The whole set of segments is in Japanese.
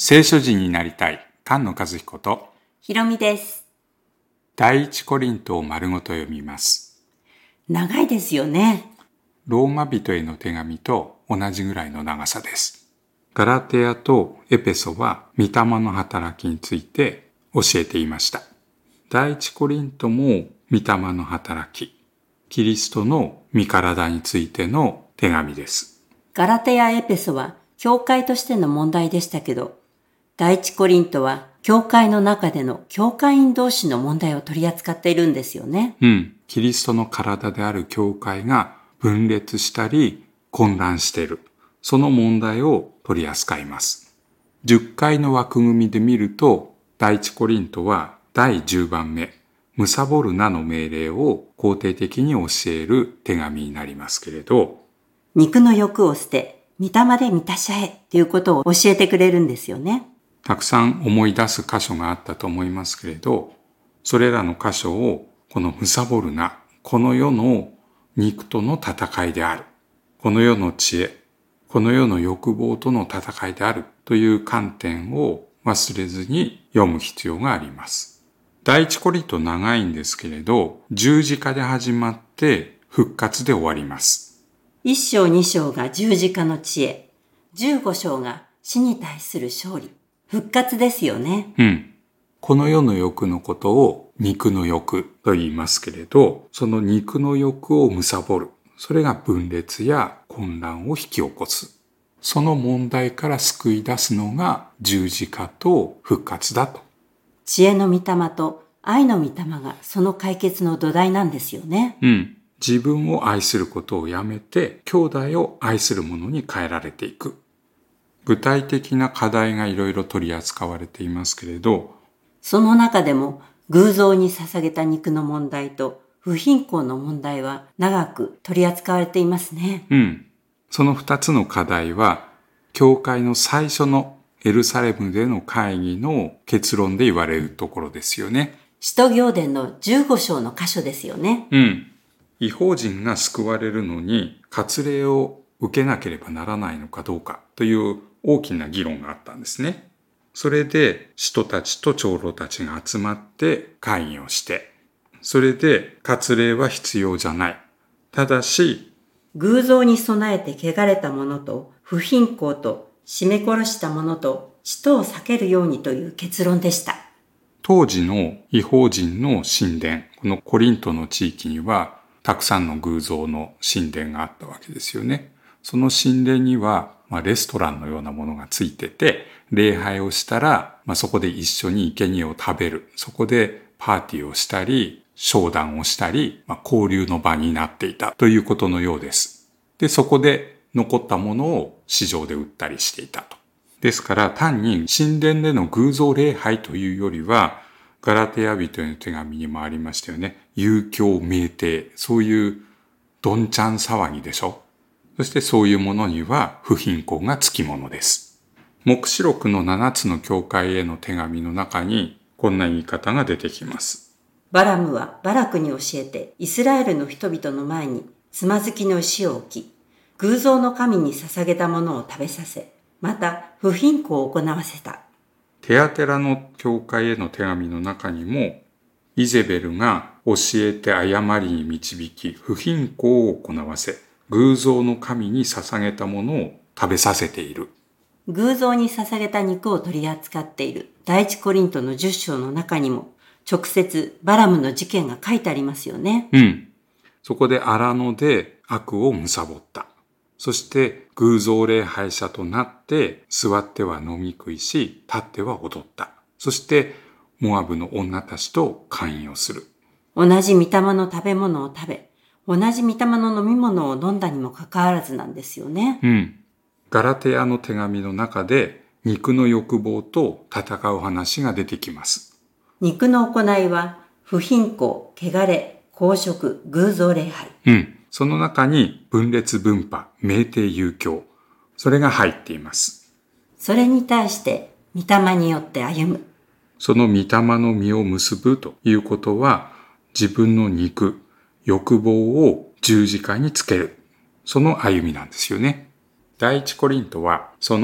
聖書人になりたい菅野和彦とひろみです。 第一コリントを丸ごと読みます。 長いですよね。 ローマ人への手紙と同じぐらいの長さです。ガラテヤとエペソは御霊の働きについて教えていました。第一コリントも御霊の働き、キリストの御体についての手紙です。 ガラテヤエペソは教会としての問題でしたけど、第一コリントは教会の中での教会員同士の問題を取り扱っているんですよね。 キリストの体である教会が分裂したり混乱している。その問題を取り扱います。10回の枠組みで見ると、第一コリントは第10番目、むさぼるなの命令を肯定的に教える手紙になりますけれど、 肉の欲を捨て、御霊で満たし合えっていうことを教えてくれるんですよね。 たくさん思い出す箇所があったと思いますけれど、それらの箇所をこのむさぼるな、この世の肉との戦いである、この世の知恵、この世の欲望との戦いであるという観点を忘れずに読む必要があります。第一コリント長いんですけれど、十字架で始まって復活で終わります。 1章2章が十字架の知恵、15章が死に対する勝利、復活ですよね。 この世の欲のことを肉の欲と言いますけれど、その肉の欲を貪る。それが分裂や混乱を引き起こす。その問題から救い出すのが十字架と復活だと。 知恵の御霊と愛の御霊がその解決の土台なんですよね。 自分を愛することをやめて、兄弟を愛するものに変えられていく。具体的な課題がいろいろ取り扱われていますけれど、 その中でも偶像に捧げた肉の問題と不貧困の問題は長く取り扱われていますね。 その2つの課題は、教会の最初のエルサレムでの会議の結論で言われるところですよね。 使徒行伝の15章の箇所ですよね。 異邦人が救われるのに割礼を受けなければならないのかどうかという大きな議論があったんですね。それで使徒たちと長老たちが集まって会議をして、それで割礼は必要じゃない。ただし、 偶像に備えて汚れた者と不貧困と絞め殺した者と使徒を避けるようにという結論でした。 当時の異邦人の神殿、このコリントの地域にはたくさんの偶像の神殿があったわけですよね。その神殿には、レストランのようなものがついてて、礼拝をしたら、そこで一緒に生贄を食べる。そこでパーティーをしたり、商談をしたり、交流の場になっていたということのようです。で、そこで残ったものを市場で売ったりしていたと。ですから単に神殿での偶像礼拝というよりは、ガラテヤ人への手紙にもありましたよね。遊興酩酊、そういうどんちゃん騒ぎでしょ。そしてそういうものには不貧困がつきものです。黙示録の7つの教会への手紙の中にこんな言い方が出てきます。 バラムはバラクに教えてイスラエルの人々の前につまずきの石を置き、偶像の神に捧げたものを食べさせ、また不貧困を行わせた。 テアテラの教会への手紙の中にも、イゼベルが教えて誤りに導き、不貧困を行わせ、偶像の神に捧げたものを食べさせている。 偶像に捧げた肉を取り扱っている第一コリントの10章の中にも、直接バラムの事件が書いてありますよね。 そこで荒野で悪を貪った。そして偶像礼拝者となって座っては飲み食いし、立っては踊った。そしてモアブの女たちと関与する。 同じ御霊の食べ物を食べ、同じ御霊の飲み物を飲んだにもかかわらずなんですよね。 ガラテヤの手紙の中で肉の欲望と戦う話が出てきます。 肉の行いは不貧困、汚れ、公職、偶像礼拝。 その中に分裂分派、酩酊遊興、それが入っています。 それに対して御霊によって歩む。 その御霊の実を結ぶということは、自分の肉、欲望を十字架につける。その歩みなんですよね。第一コリントは、その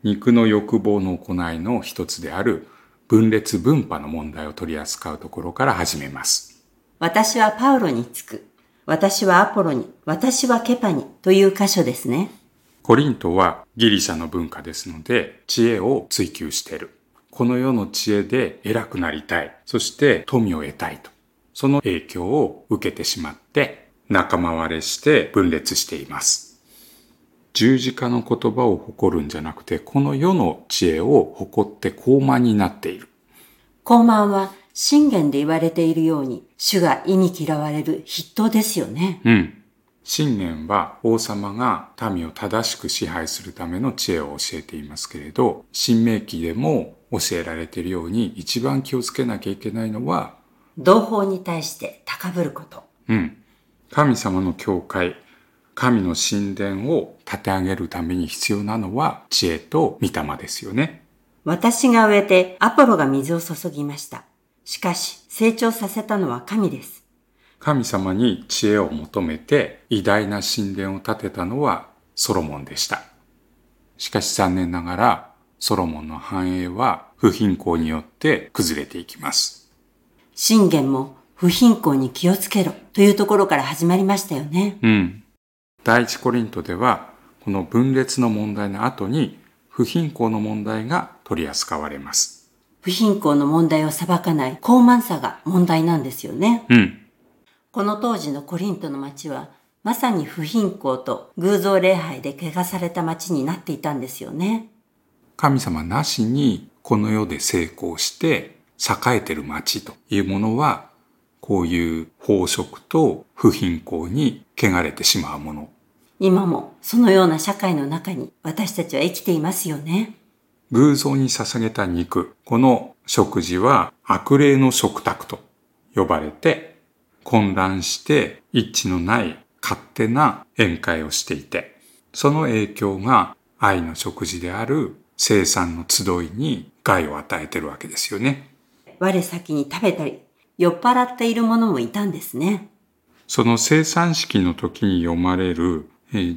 肉の欲望の行いの一つである分裂分派の問題を取り扱うところから始めます。 私はパウロにつく。私はアポロに。私はケパに。という箇所ですね。 コリントはギリシャの文化ですので、知恵を追求している。この世の知恵で偉くなりたい。そして富を得たいと。その影響を受けてしまって、仲間割れして分裂しています。十字架の言葉を誇るんじゃなくて、この世の知恵を誇って高慢になっている。 高慢は箴言で言われているように、主が忌み嫌われる筆頭ですよね。 箴言は王様が民を正しく支配するための知恵を教えていますけれど、申命記でも教えられているように一番気をつけなきゃいけないのは、 同胞に対して高ぶること。 神様の教会、神の神殿を建て上げるために必要なのは知恵と御霊ですよね。 私が植えてアポロが水を注ぎました。しかし成長させたのは神です。 神様に知恵を求めて偉大な神殿を建てたのはソロモンでした。しかし残念ながらソロモンの繁栄は不貧困によって崩れていきます。 箴言も不貧困に気をつけろというところから始まりましたよね。 第一コリントではこの分裂の問題の後に不貧困の問題が取り扱われます。 不貧困の問題を裁かない高慢さが問題なんですよね。この当時のコリントの町はまさに不貧困と偶像礼拝で汚された町になっていたんですよね。 神様なしにこの世で成功して栄えている町というものはこういう飽食と不貧困に汚れてしまうもの。 今もそのような社会の中に私たちは生きていますよね。 偶像に捧げた肉、この食事は悪霊の食卓と呼ばれて混乱して一致のない勝手な宴会をしていて、その影響が愛の食事である聖餐の集いに害を与えているわけですよね。 我先に食べたり酔っ払っている者もいたんですね。 その聖餐式の時に読まれる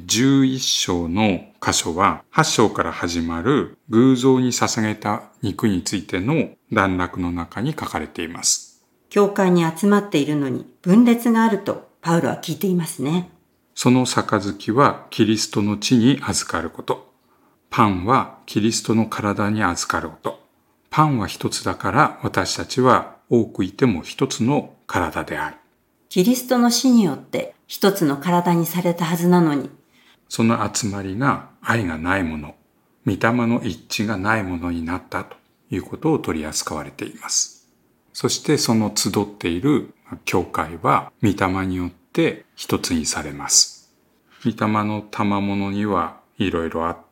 11章の箇所は8章から始まる偶像に捧げた肉についての段落の中に書かれています。 教会に集まっているのに分裂があるとパウロは聞いていますね。 その杯はキリストの血に預かること。パンはキリストの体に預かること。パンは一つだから私たちは多くいても一つの体である。 キリストの死によって一つの体にされたはずなのに、 その集まりが愛がないもの、御霊の一致がないものになったということを取り扱われています。そしてその集っている教会は御霊によって一つにされます。御霊の賜物にはいろいろあって、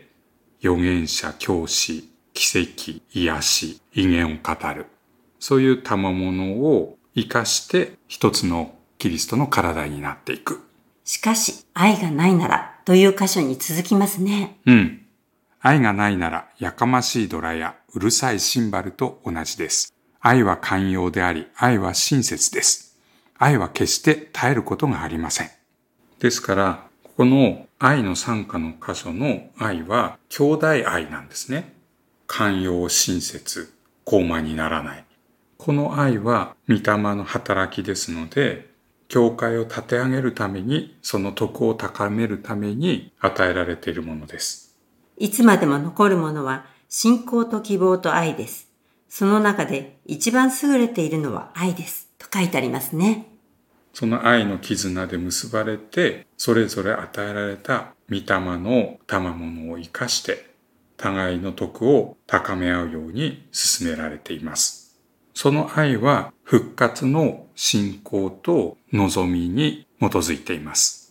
預言者、教師、奇跡、癒し、異言を語る。そういう賜物を生かして一つのキリストの体になっていく。 しかし愛がないならという箇所に続きますね。 愛がないならやかましいドラやうるさいシンバルと同じです。愛は寛容であり、愛は親切です。愛は決して絶えることがありません。ですから、ここの愛の賛歌の箇所の愛は兄弟愛なんですね。寛容、親切、高慢にならない。この愛は御霊の働きですので、教会を立て上げるために、その徳を高めるために与えられているものです。 いつまでも残るものは信仰と希望と愛です。その中で一番優れているのは愛です。と書いてありますね。 その愛の絆で結ばれて、それぞれ与えられた御霊の賜物を生かして、互いの徳を高め合うように進められています。その愛は復活の信仰と望みに基づいています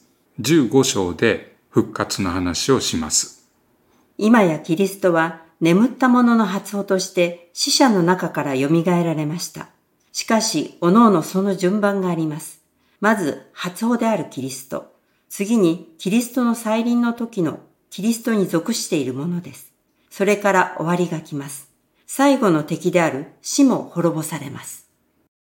。15章で復活の話をします。 今やキリストは眠った者の発音として死者の中から蘇られました。しかし、おのおのその順番があります。まず、発音であるキリスト。次に、キリストの再臨の時のキリストに属しているものです。それから終わりが来ます。最後の敵である死も滅ぼされます。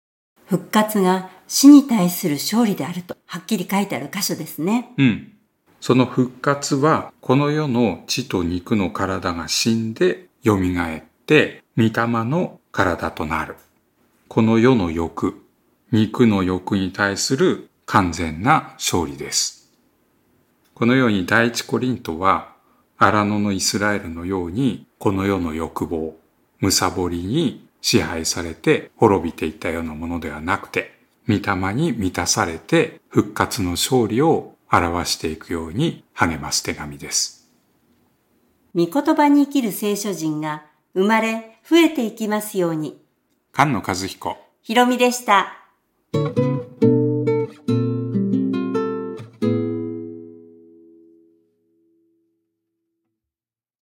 復活が死に対する勝利であるとはっきり書いてある箇所ですね。 その復活はこの世の血と肉の体が死んで蘇って御霊の体となる。この世の欲、肉の欲に対する完全な勝利です。このように第一コリントは荒野のイスラエルのようにこの世の欲望、貪りに支配されて滅びていったようなものではなくて、御霊に満たされて復活の勝利を表していくように励ます手紙です。 御言葉に生きる聖書人が生まれ増えていきますように。 菅野和彦、 ひろみでした。